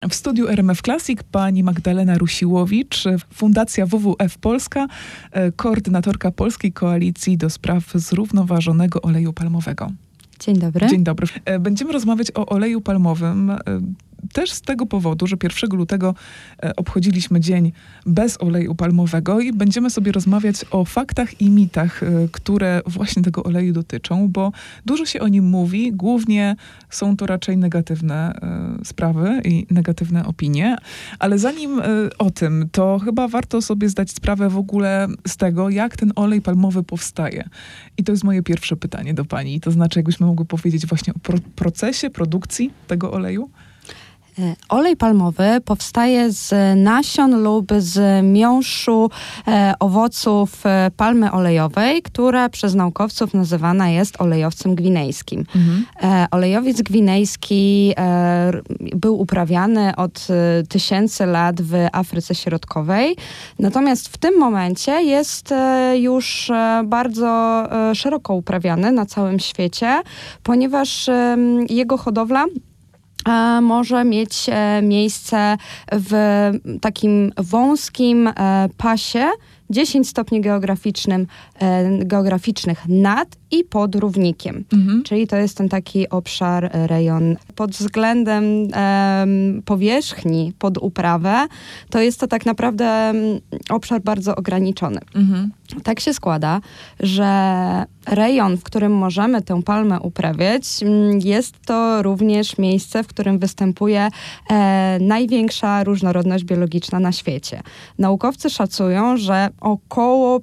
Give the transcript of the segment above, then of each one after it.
W studiu RMF Classic pani Magdalena Rusiłowicz, Fundacja WWF Polska, koordynatorka Polskiej Koalicji do spraw zrównoważonego oleju palmowego. Dzień dobry. Dzień dobry. Będziemy rozmawiać o oleju palmowym. Też z tego powodu, że 1 lutego obchodziliśmy dzień bez oleju palmowego i będziemy sobie rozmawiać o faktach i mitach, które właśnie tego oleju dotyczą, bo dużo się o nim mówi, głównie są to raczej negatywne sprawy i negatywne opinie, ale zanim o tym, to chyba warto sobie zdać sprawę w ogóle z tego, jak ten olej palmowy powstaje. I to jest moje pierwsze pytanie do pani, to znaczy jakbyśmy mogły powiedzieć właśnie o procesie produkcji tego oleju? Olej palmowy powstaje z nasion lub z miąższu owoców palmy olejowej, która przez naukowców nazywana jest olejowcem gwinejskim. Olejowiec gwinejski był uprawiany od tysięcy lat w Afryce Środkowej, natomiast w tym momencie jest już bardzo szeroko uprawiany na całym świecie, ponieważ jego hodowla może mieć miejsce w takim wąskim pasie 10 stopni geograficznych nad i pod równikiem. Czyli to jest ten taki obszar, rejon. Pod względem powierzchni pod uprawę, to jest to tak naprawdę obszar bardzo ograniczony. Tak się składa, że rejon, w którym możemy tę palmę uprawiać, jest to również miejsce, w którym występuje największa różnorodność biologiczna na świecie. Naukowcy szacują, że około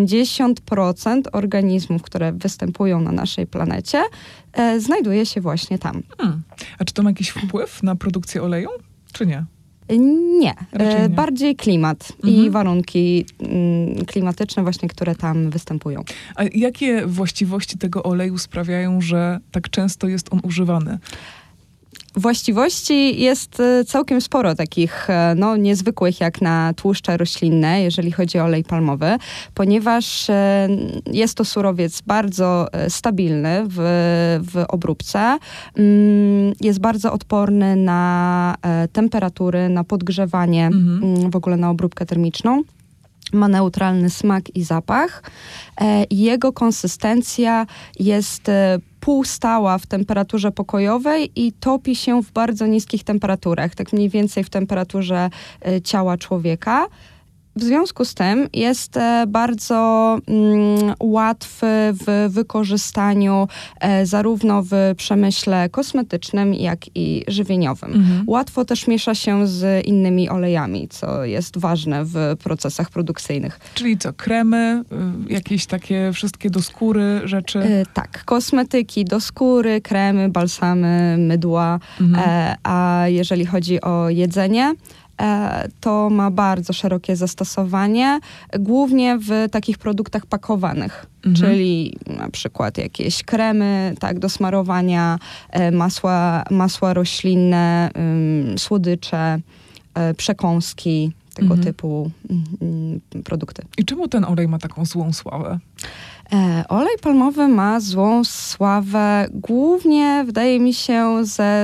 50% organizmów, które występują na naszej planecie, znajduje się właśnie tam. A czy to ma jakiś wpływ na produkcję oleju, czy nie? Nie. Bardziej klimat i warunki klimatyczne właśnie, które tam występują. A jakie właściwości tego oleju sprawiają, że tak często jest on używany? Właściwości jest całkiem sporo takich niezwykłych jak na tłuszcze roślinne, jeżeli chodzi o olej palmowy, ponieważ jest to surowiec bardzo stabilny w obróbce, jest bardzo odporny na temperatury, na podgrzewanie, w ogóle na obróbkę termiczną. Ma neutralny smak i zapach. Jego konsystencja jest półstała w temperaturze pokojowej i topi się w bardzo niskich temperaturach, tak mniej więcej w temperaturze ciała człowieka. W związku z tym jest bardzo łatwy w wykorzystaniu zarówno w przemyśle kosmetycznym, jak i żywieniowym. Łatwo też miesza się z innymi olejami, co jest ważne w procesach produkcyjnych. Czyli co, kremy, jakieś takie wszystkie do skóry rzeczy? Tak, kosmetyki do skóry, kremy, balsamy, mydła, a jeżeli chodzi o jedzenie, to ma bardzo szerokie zastosowanie, głównie w takich produktach pakowanych, czyli na przykład jakieś kremy, tak, do smarowania, masła roślinne, słodycze, przekąski, tego typu produkty. I czemu ten olej ma taką złą sławę? Olej palmowy ma złą sławę głównie, wydaje mi się,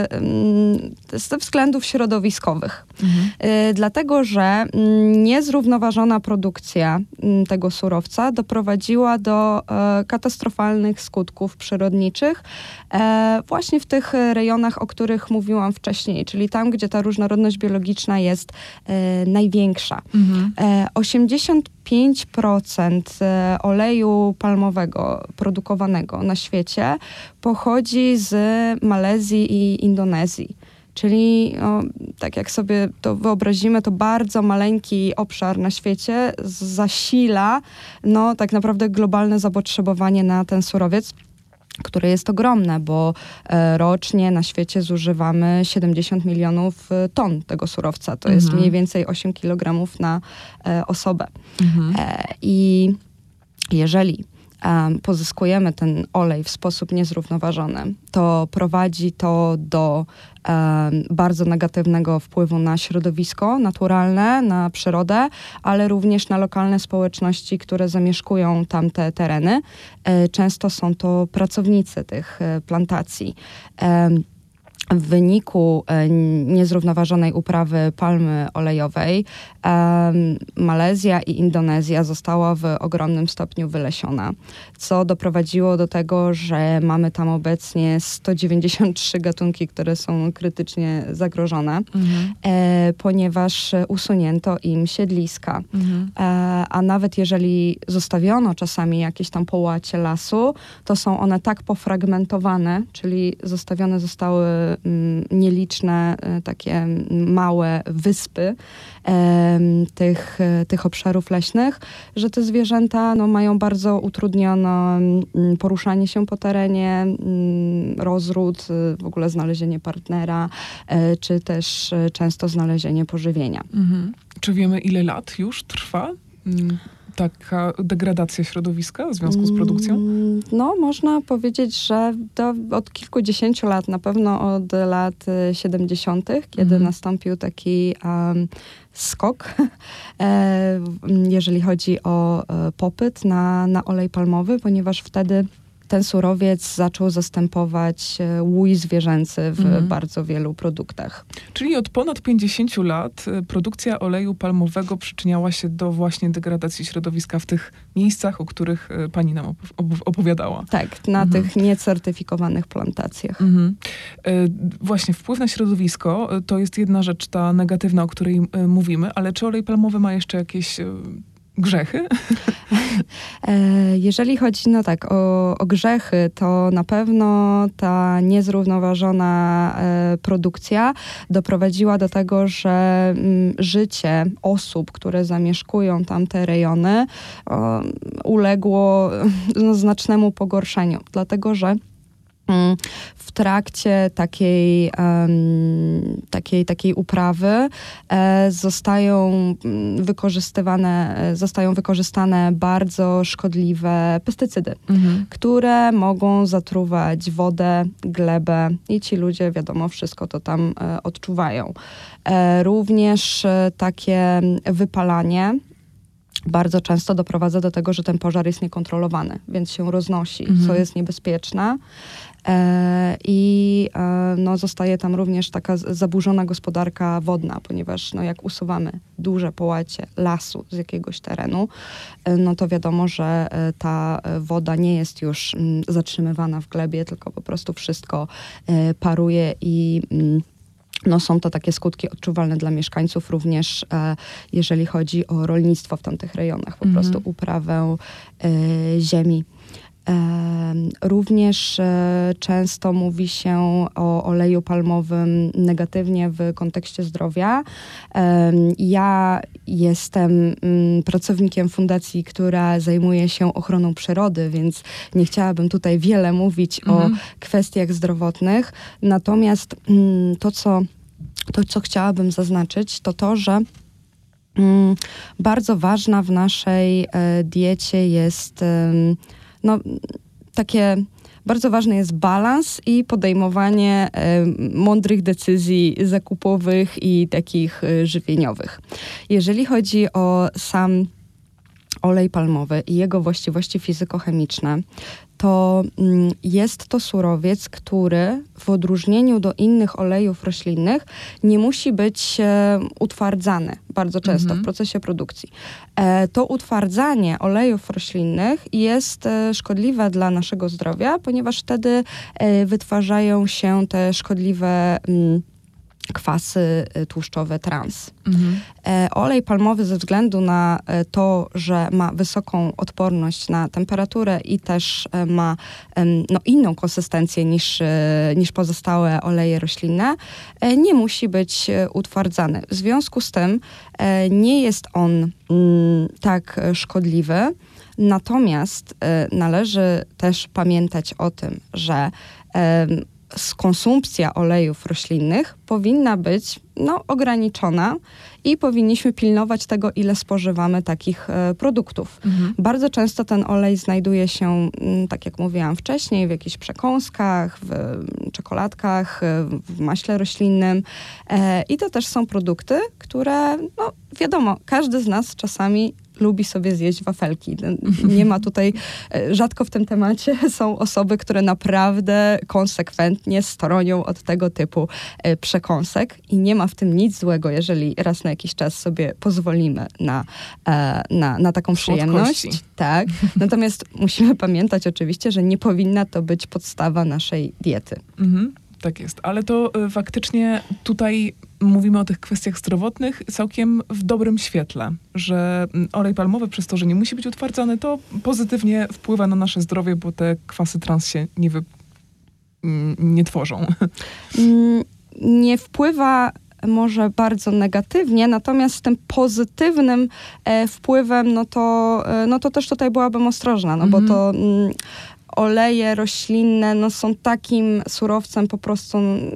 ze względów środowiskowych. Dlatego, że niezrównoważona produkcja tego surowca doprowadziła do katastrofalnych skutków przyrodniczych właśnie w tych rejonach, o których mówiłam wcześniej, czyli tam, gdzie ta różnorodność biologiczna jest największa. 85% oleju palmowego produkowanego na świecie pochodzi z Malezji i Indonezji. Czyli tak jak sobie to wyobrazimy, to bardzo maleńki obszar na świecie zasila tak naprawdę globalne zapotrzebowanie na ten surowiec, które jest ogromne, bo rocznie na świecie zużywamy 70 milionów ton tego surowca. To jest mniej więcej 8 kilogramów na osobę. I jeżeli pozyskujemy ten olej w sposób niezrównoważony, to prowadzi to do bardzo negatywnego wpływu na środowisko naturalne, na przyrodę, ale również na lokalne społeczności, które zamieszkują tamte tereny. Często są to pracownicy tych plantacji. w wyniku niezrównoważonej uprawy palmy olejowej Malezja i Indonezja została w ogromnym stopniu wylesiona, co doprowadziło do tego, że mamy tam obecnie 193 gatunki, które są krytycznie zagrożone, ponieważ usunięto im siedliska. A nawet jeżeli zostawiono czasami jakieś tam połacie lasu, to są one tak pofragmentowane, czyli zostawione zostały nieliczne takie małe wyspy tych obszarów leśnych, że te zwierzęta mają bardzo utrudnione poruszanie się po terenie, rozród, w ogóle znalezienie partnera, czy też często znalezienie pożywienia. Czy wiemy, ile lat już trwa taka degradacja środowiska w związku z produkcją? Można powiedzieć, że od kilkudziesięciu lat, na pewno od lat 70., kiedy nastąpił taki skok, jeżeli chodzi o popyt na olej palmowy, ponieważ wtedy ten surowiec zaczął zastępować łój zwierzęcy w bardzo wielu produktach. Czyli od ponad 50 lat produkcja oleju palmowego przyczyniała się do właśnie degradacji środowiska w tych miejscach, o których pani nam opowiadała. Tak, na tych niecertyfikowanych plantacjach. Właśnie wpływ na środowisko to jest jedna rzecz, ta negatywna, o której mówimy, ale czy olej palmowy ma jeszcze jakieś grzechy? Jeżeli chodzi o grzechy, to na pewno ta niezrównoważona produkcja doprowadziła do tego, że życie osób, które zamieszkują tamte rejony, uległo znacznemu pogorszeniu, dlatego że w trakcie takiej uprawy zostają wykorzystane bardzo szkodliwe pestycydy, które mogą zatruwać wodę, glebę i ci ludzie, wiadomo, wszystko to tam odczuwają. Również takie wypalanie bardzo często doprowadza do tego, że ten pożar jest niekontrolowany, więc się roznosi, co jest niebezpieczne. I zostaje tam również taka zaburzona gospodarka wodna, ponieważ jak usuwamy duże połacie lasu z jakiegoś terenu, to wiadomo, że ta woda nie jest już zatrzymywana w glebie, tylko po prostu wszystko paruje i są to takie skutki odczuwalne dla mieszkańców, również jeżeli chodzi o rolnictwo w tamtych rejonach, po prostu uprawę ziemi. Również często mówi się o oleju palmowym negatywnie w kontekście zdrowia. Ja jestem pracownikiem fundacji, która zajmuje się ochroną przyrody, więc nie chciałabym tutaj wiele mówić o kwestiach zdrowotnych. Natomiast to, co chciałabym zaznaczyć, to, że bardzo ważna w naszej diecie jest bardzo ważny jest balans i podejmowanie mądrych decyzji zakupowych i takich żywieniowych. Jeżeli chodzi o sam olej palmowy i jego właściwości fizykochemiczne, to jest to surowiec, który w odróżnieniu do innych olejów roślinnych nie musi być utwardzany bardzo często w procesie produkcji. To utwardzanie olejów roślinnych jest szkodliwe dla naszego zdrowia, ponieważ wtedy wytwarzają się te szkodliwe kwasy tłuszczowe trans. Olej palmowy ze względu na to, że ma wysoką odporność na temperaturę i też ma inną konsystencję niż pozostałe oleje roślinne, nie musi być utwardzany. W związku z tym nie jest on tak szkodliwy, natomiast należy też pamiętać o tym, że konsumpcja olejów roślinnych powinna być ograniczona i powinniśmy pilnować tego, ile spożywamy takich produktów. Bardzo często ten olej znajduje się, tak jak mówiłam wcześniej, w jakichś przekąskach, w czekoladkach, w maśle roślinnym. I to też są produkty, które, wiadomo, każdy z nas czasami lubi sobie zjeść wafelki. Nie ma tutaj, rzadko w tym temacie są osoby, które naprawdę konsekwentnie stronią od tego typu przekąsek i nie ma w tym nic złego, jeżeli raz na jakiś czas sobie pozwolimy na taką przyjemność. Tak. Natomiast musimy pamiętać oczywiście, że nie powinna to być podstawa naszej diety. Tak jest, ale to faktycznie tutaj mówimy o tych kwestiach zdrowotnych całkiem w dobrym świetle, że olej palmowy przez to, że nie musi być utwardzany, to pozytywnie wpływa na nasze zdrowie, bo te kwasy trans się nie tworzą. Nie wpływa może bardzo negatywnie, natomiast tym pozytywnym wpływem, no to też tutaj byłabym ostrożna, bo to oleje roślinne są takim surowcem po prostu,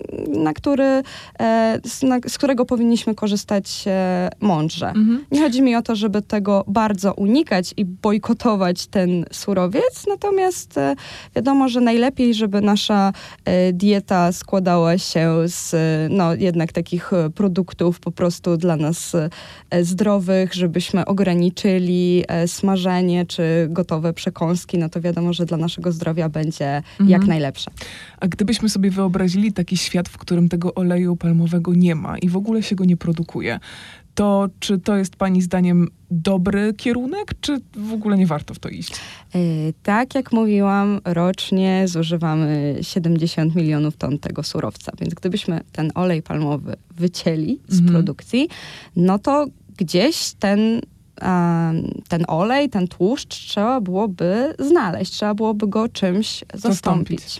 z którego powinniśmy korzystać mądrze. Nie chodzi mi o to, żeby tego bardzo unikać i bojkotować ten surowiec, natomiast wiadomo, że najlepiej, żeby nasza dieta składała się z jednak takich produktów po prostu dla nas zdrowych, żebyśmy ograniczyli smażenie czy gotowe przekąski, no to wiadomo, że dla naszego zdrowia będzie jak najlepsze. A gdybyśmy sobie wyobrazili taki świat, w którym tego oleju palmowego nie ma i w ogóle się go nie produkuje, to czy to jest pani zdaniem dobry kierunek, czy w ogóle nie warto w to iść? Tak jak mówiłam, rocznie zużywamy 70 milionów ton tego surowca, więc gdybyśmy ten olej palmowy wycięli z produkcji, no to gdzieś ten olej, ten tłuszcz trzeba byłoby znaleźć, trzeba byłoby go czymś zastąpić.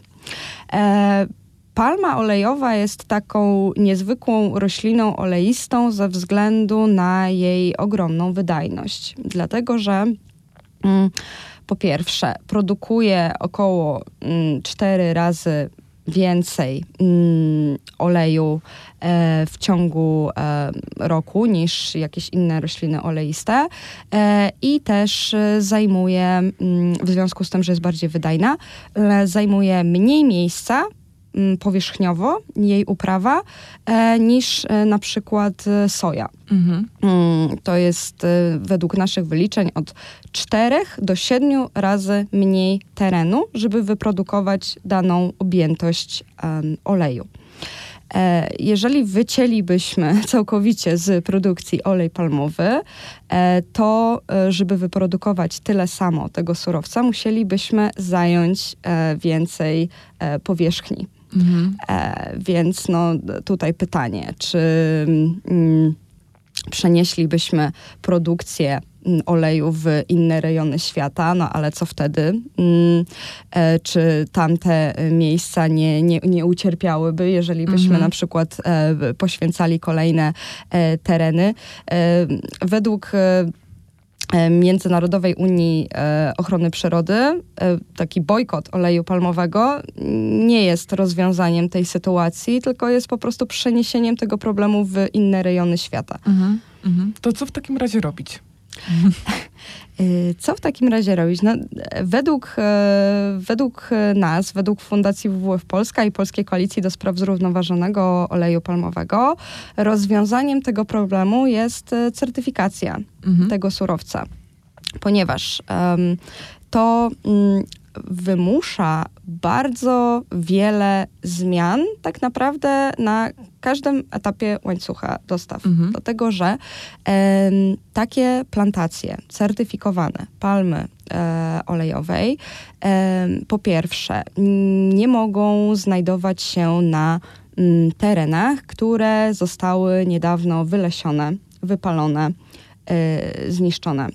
Palma olejowa jest taką niezwykłą rośliną oleistą ze względu na jej ogromną wydajność. Dlatego, że po pierwsze produkuje około 4 razy więcej oleju w ciągu roku niż jakieś inne rośliny oleiste i też zajmuje, w związku z tym, że jest bardziej wydajna, zajmuje mniej miejsca powierzchniowo jej uprawa niż na przykład soja. To jest według naszych wyliczeń od 4 do 7 razy mniej terenu, żeby wyprodukować daną objętość oleju. Jeżeli wycięlibyśmy całkowicie z produkcji olej palmowy, to żeby wyprodukować tyle samo tego surowca, musielibyśmy zająć więcej powierzchni. Więc tutaj pytanie, czy przenieślibyśmy produkcję oleju w inne rejony świata, ale co wtedy? Czy tamte miejsca nie ucierpiałyby, jeżeli byśmy na przykład poświęcali kolejne tereny? Według Międzynarodowej Unii Ochrony Przyrody taki bojkot oleju palmowego nie jest rozwiązaniem tej sytuacji, tylko jest po prostu przeniesieniem tego problemu w inne rejony świata. To co w takim razie robić? Co w takim razie robić? Według nas, według Fundacji WWF Polska i Polskiej Koalicji do Spraw Zrównoważonego Oleju Palmowego, rozwiązaniem tego problemu jest certyfikacja tego surowca, ponieważ to wymusza bardzo wiele zmian tak naprawdę na każdym etapie łańcucha dostaw. Dlatego, że takie plantacje certyfikowane palmy olejowej po pierwsze nie mogą znajdować się na terenach, które zostały niedawno wylesione, wypalone, zniszczone.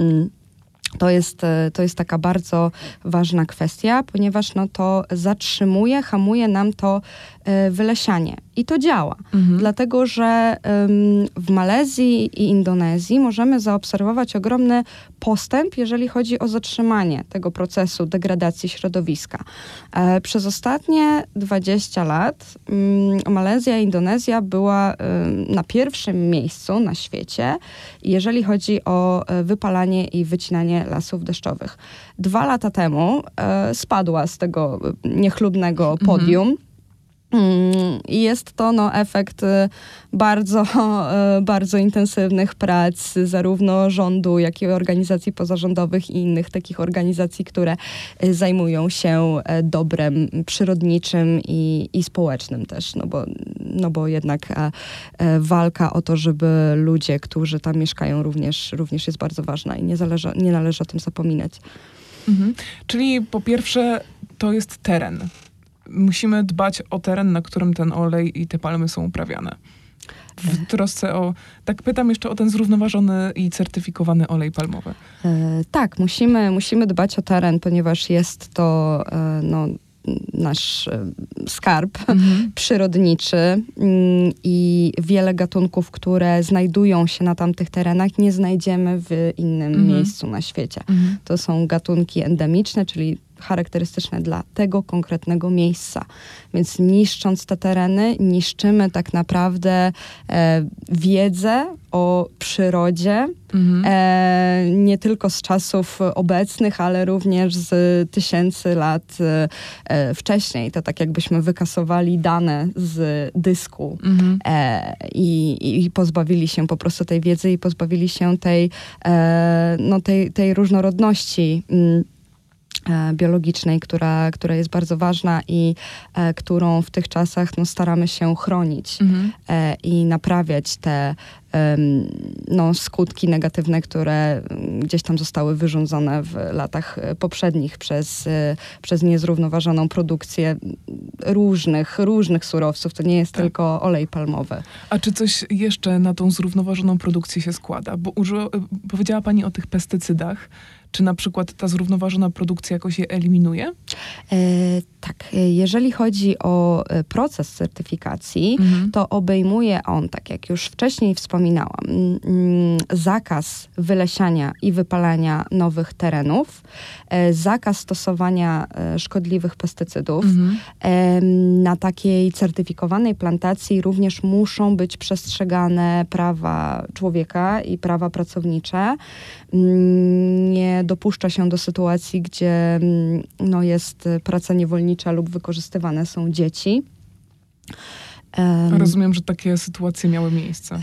To jest taka bardzo ważna kwestia, ponieważ to zatrzymuje, hamuje nam to wylesianie. I to działa. Dlatego, że w Malezji i Indonezji możemy zaobserwować ogromny postęp, jeżeli chodzi o zatrzymanie tego procesu degradacji środowiska. Przez ostatnie 20 lat Malezja i Indonezja była na pierwszym miejscu na świecie, jeżeli chodzi o wypalanie i wycinanie lasów deszczowych. 2 lata temu spadła z tego niechlubnego podium. I jest to efekt bardzo, bardzo intensywnych prac zarówno rządu, jak i organizacji pozarządowych i innych takich organizacji, które zajmują się dobrem przyrodniczym i społecznym też, bo jednak walka o to, żeby ludzie, którzy tam mieszkają również jest bardzo ważna i nie należy o tym zapominać. Czyli po pierwsze to jest teren. Musimy dbać o teren, na którym ten olej i te palmy są uprawiane. W trosce tak pytam jeszcze o ten zrównoważony i certyfikowany olej palmowy. Tak, musimy dbać o teren, ponieważ jest to nasz skarb przyrodniczy i wiele gatunków, które znajdują się na tamtych terenach, nie znajdziemy w innym miejscu na świecie. To są gatunki endemiczne, czyli charakterystyczne dla tego konkretnego miejsca. Więc niszcząc te tereny, niszczymy tak naprawdę wiedzę o przyrodzie, nie tylko z czasów obecnych, ale również z tysięcy lat wcześniej. To tak jakbyśmy wykasowali dane z dysku i pozbawili się po prostu tej wiedzy i pozbawili się tej różnorodności biologicznej, która jest bardzo ważna i którą w tych czasach staramy się chronić i naprawiać te skutki negatywne, które gdzieś tam zostały wyrządzone w latach poprzednich przez niezrównoważoną produkcję różnych surowców. To nie jest tylko olej palmowy. A czy coś jeszcze na tą zrównoważoną produkcję się składa? Bo powiedziała pani o tych pestycydach. Czy na przykład ta zrównoważona produkcja jakoś je eliminuje? Tak. Jeżeli chodzi o proces certyfikacji, to obejmuje on, tak jak już wcześniej wspominałam, zakaz wylesiania i wypalania nowych terenów, zakaz stosowania szkodliwych pestycydów. Na takiej certyfikowanej plantacji również muszą być przestrzegane prawa człowieka i prawa pracownicze. Nie dopuszcza się do sytuacji, gdzie jest praca niewolnicza lub wykorzystywane są dzieci. Rozumiem, że takie sytuacje miały miejsce.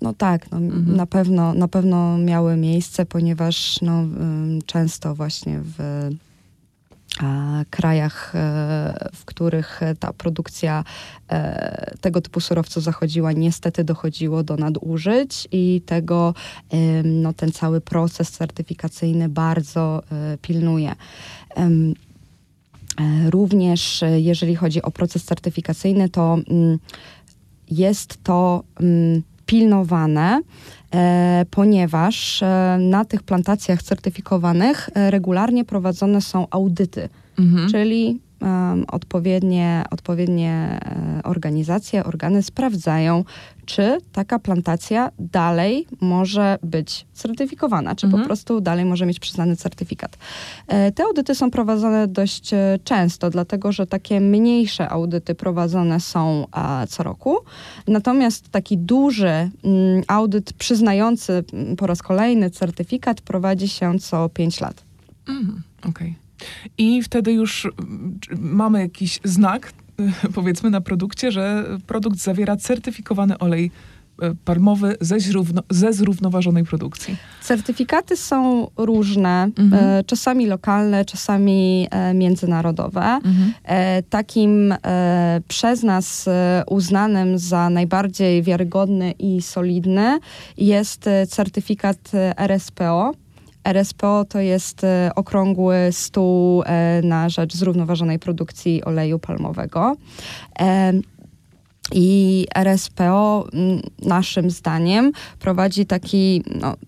Na pewno miały miejsce, ponieważ często właśnie w krajach, w których ta produkcja tego typu surowców zachodziła, niestety dochodziło do nadużyć i tego ten cały proces certyfikacyjny bardzo pilnuje. Również jeżeli chodzi o proces certyfikacyjny, to jest to pilnowane, ponieważ na tych plantacjach certyfikowanych regularnie prowadzone są audyty, czyli odpowiednie organizacje, organy sprawdzają, czy taka plantacja dalej może być certyfikowana, czy po prostu dalej może mieć przyznany certyfikat. Te audyty są prowadzone dość często, dlatego że takie mniejsze audyty prowadzone są co roku. Natomiast taki duży audyt przyznający po raz kolejny certyfikat prowadzi się co 5 lat. Okej. I wtedy już mamy jakiś znak, powiedzmy, na produkcie, że produkt zawiera certyfikowany olej palmowy ze zrównoważonej produkcji. Certyfikaty są różne, czasami lokalne, czasami międzynarodowe. Takim przez nas uznanym za najbardziej wiarygodny i solidny jest certyfikat RSPO. RSPO to jest okrągły stół na rzecz zrównoważonej produkcji oleju palmowego. I RSPO naszym zdaniem prowadzi taki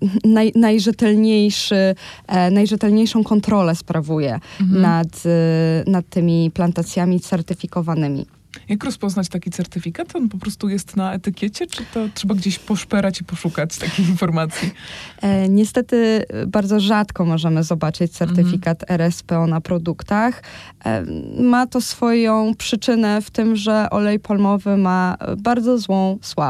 najrzetelniejszą kontrolę sprawuje nad tymi plantacjami certyfikowanymi. Jak rozpoznać taki certyfikat? On po prostu jest na etykiecie, czy to trzeba gdzieś poszperać i poszukać takich informacji? Niestety bardzo rzadko możemy zobaczyć certyfikat RSPO na produktach. Ma to swoją przyczynę w tym, że olej palmowy ma bardzo złą sławę.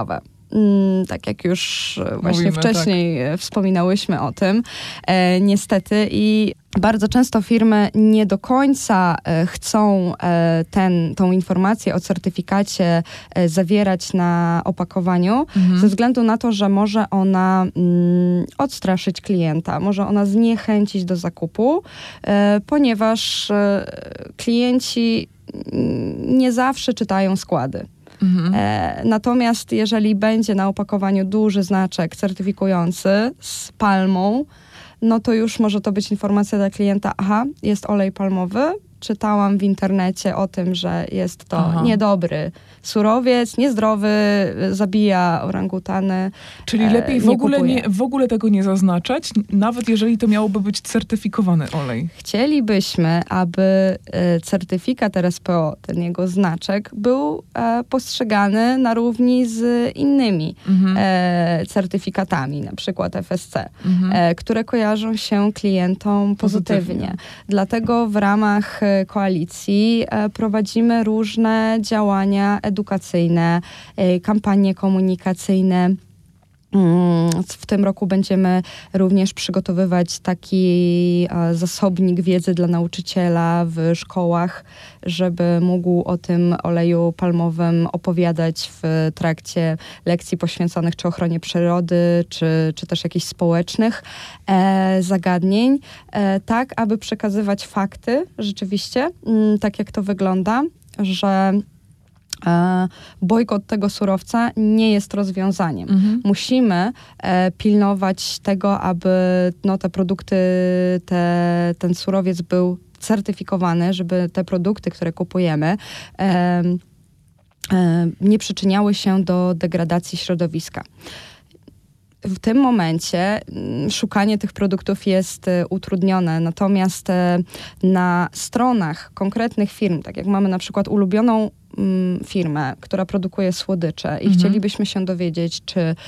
tak jak już właśnie Mówimy, wcześniej wspominałyśmy o tym, niestety i bardzo często firmy nie do końca chcą tą informację o certyfikacie zawierać na opakowaniu, ze względu na to, że może ona odstraszyć klienta, może ona zniechęcić do zakupu, ponieważ klienci nie zawsze czytają składy. Natomiast jeżeli będzie na opakowaniu duży znaczek certyfikujący z palmą, no to już może to być informacja dla klienta, aha, jest olej palmowy, czytałam w internecie o tym, że jest to niedobry surowiec, niezdrowy, zabija orangutany. Czyli lepiej w ogóle tego nie zaznaczać, nawet jeżeli to miałoby być certyfikowany olej. Chcielibyśmy, aby certyfikat RSPO, ten jego znaczek, był postrzegany na równi z innymi certyfikatami, na przykład FSC, które kojarzą się klientom pozytywnie. Dlatego w ramach koalicji prowadzimy różne działania edukacyjne, kampanie komunikacyjne. W tym roku będziemy również przygotowywać taki zasobnik wiedzy dla nauczyciela w szkołach, żeby mógł o tym oleju palmowym opowiadać w trakcie lekcji poświęconych czy ochronie przyrody, czy też jakichś społecznych zagadnień, tak aby przekazywać fakty rzeczywiście, tak jak to wygląda, że bojkot tego surowca nie jest rozwiązaniem. Musimy pilnować tego, aby te produkty, ten surowiec był certyfikowany, żeby te produkty, które kupujemy, nie przyczyniały się do degradacji środowiska. W tym momencie szukanie tych produktów jest utrudnione, natomiast na stronach konkretnych firm, tak jak mamy na przykład ulubioną firmę, która produkuje słodycze i chcielibyśmy się dowiedzieć,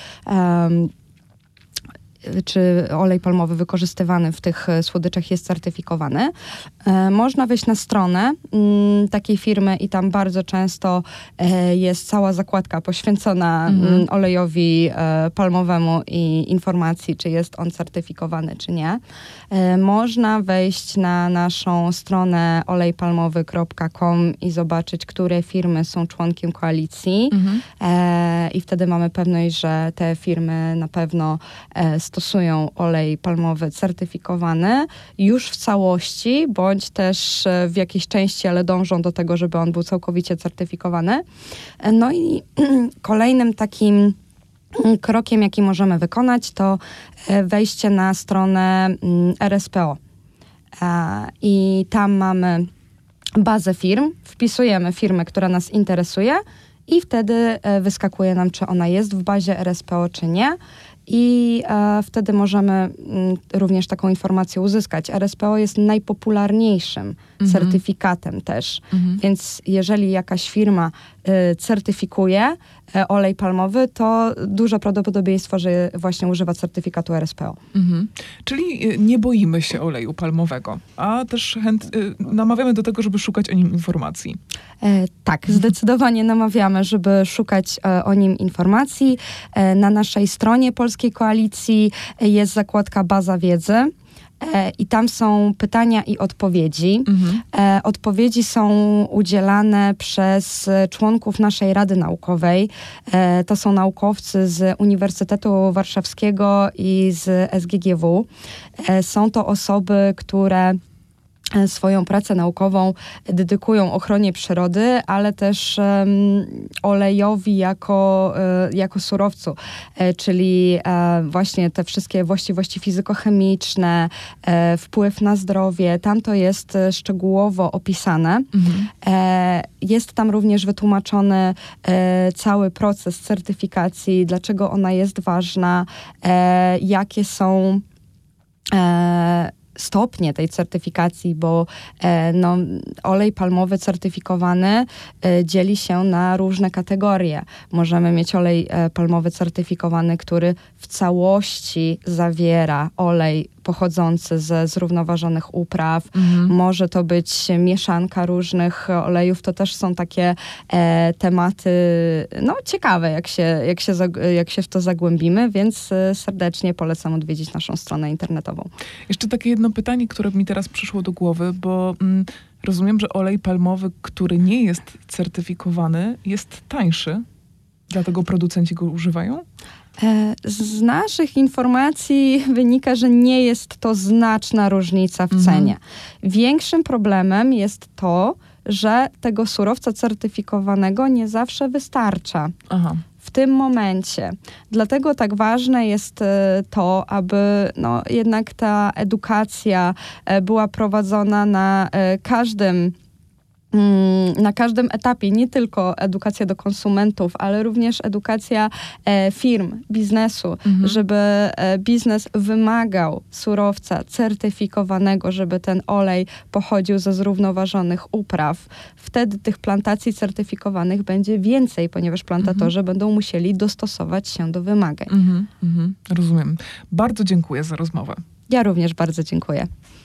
czy olej palmowy wykorzystywany w tych słodyczach jest certyfikowany. Można wejść na stronę takiej firmy i tam bardzo często jest cała zakładka poświęcona olejowi palmowemu i informacji, czy jest on certyfikowany, czy nie. Można wejść na naszą stronę olejpalmowy.com i zobaczyć, które firmy są członkiem koalicji i wtedy mamy pewność, że te firmy na pewno stosują olej palmowy certyfikowany już w całości, bądź też w jakiejś części, ale dążą do tego, żeby on był całkowicie certyfikowany. No i kolejnym takim krokiem, jaki możemy wykonać, to wejście na stronę RSPO. I tam mamy bazę firm, wpisujemy firmę, która nas interesuje i wtedy wyskakuje nam, czy ona jest w bazie RSPO, czy nie. I wtedy możemy również taką informację uzyskać. RSPO jest najpopularniejszym certyfikatem też, więc jeżeli jakaś firma certyfikuje olej palmowy, to duże prawdopodobieństwo, że właśnie używa certyfikatu RSPO. Czyli nie boimy się oleju palmowego, a też namawiamy do tego, żeby szukać o nim informacji. Tak, zdecydowanie namawiamy, żeby szukać o nim informacji. Na naszej stronie Polskiej Koalicji jest zakładka Baza Wiedzy. I tam są pytania i odpowiedzi. Odpowiedzi są udzielane przez członków naszej Rady Naukowej. To są naukowcy z Uniwersytetu Warszawskiego i z SGGW. Są to osoby, które swoją pracę naukową dedykują ochronie przyrody, ale też olejowi jako surowcu, czyli właśnie te wszystkie właściwości fizykochemiczne, wpływ na zdrowie, tam to jest szczegółowo opisane. Jest tam również wytłumaczony cały proces certyfikacji, dlaczego ona jest ważna, jakie są stopnie tej certyfikacji, bo olej palmowy certyfikowany dzieli się na różne kategorie. Możemy mieć olej palmowy certyfikowany, który w całości zawiera olej pochodzący ze zrównoważonych upraw, może to być mieszanka różnych olejów. To też są takie tematy ciekawe, jak się w to zagłębimy, więc serdecznie polecam odwiedzić naszą stronę internetową. Jeszcze takie jedno pytanie, które mi teraz przyszło do głowy, bo rozumiem, że olej palmowy, który nie jest certyfikowany, jest tańszy, dlatego producenci go używają? Z naszych informacji wynika, że nie jest to znaczna różnica w cenie. Większym problemem jest to, że tego surowca certyfikowanego nie zawsze wystarcza. Aha. W tym momencie. Dlatego tak ważne jest to, aby jednak ta edukacja była prowadzona na każdym etapie, nie tylko edukacja do konsumentów, ale również edukacja firm, biznesu, żeby biznes wymagał surowca certyfikowanego, żeby ten olej pochodził ze zrównoważonych upraw. Wtedy tych plantacji certyfikowanych będzie więcej, ponieważ plantatorzy będą musieli dostosować się do wymagań. Rozumiem. Bardzo dziękuję za rozmowę. Ja również bardzo dziękuję.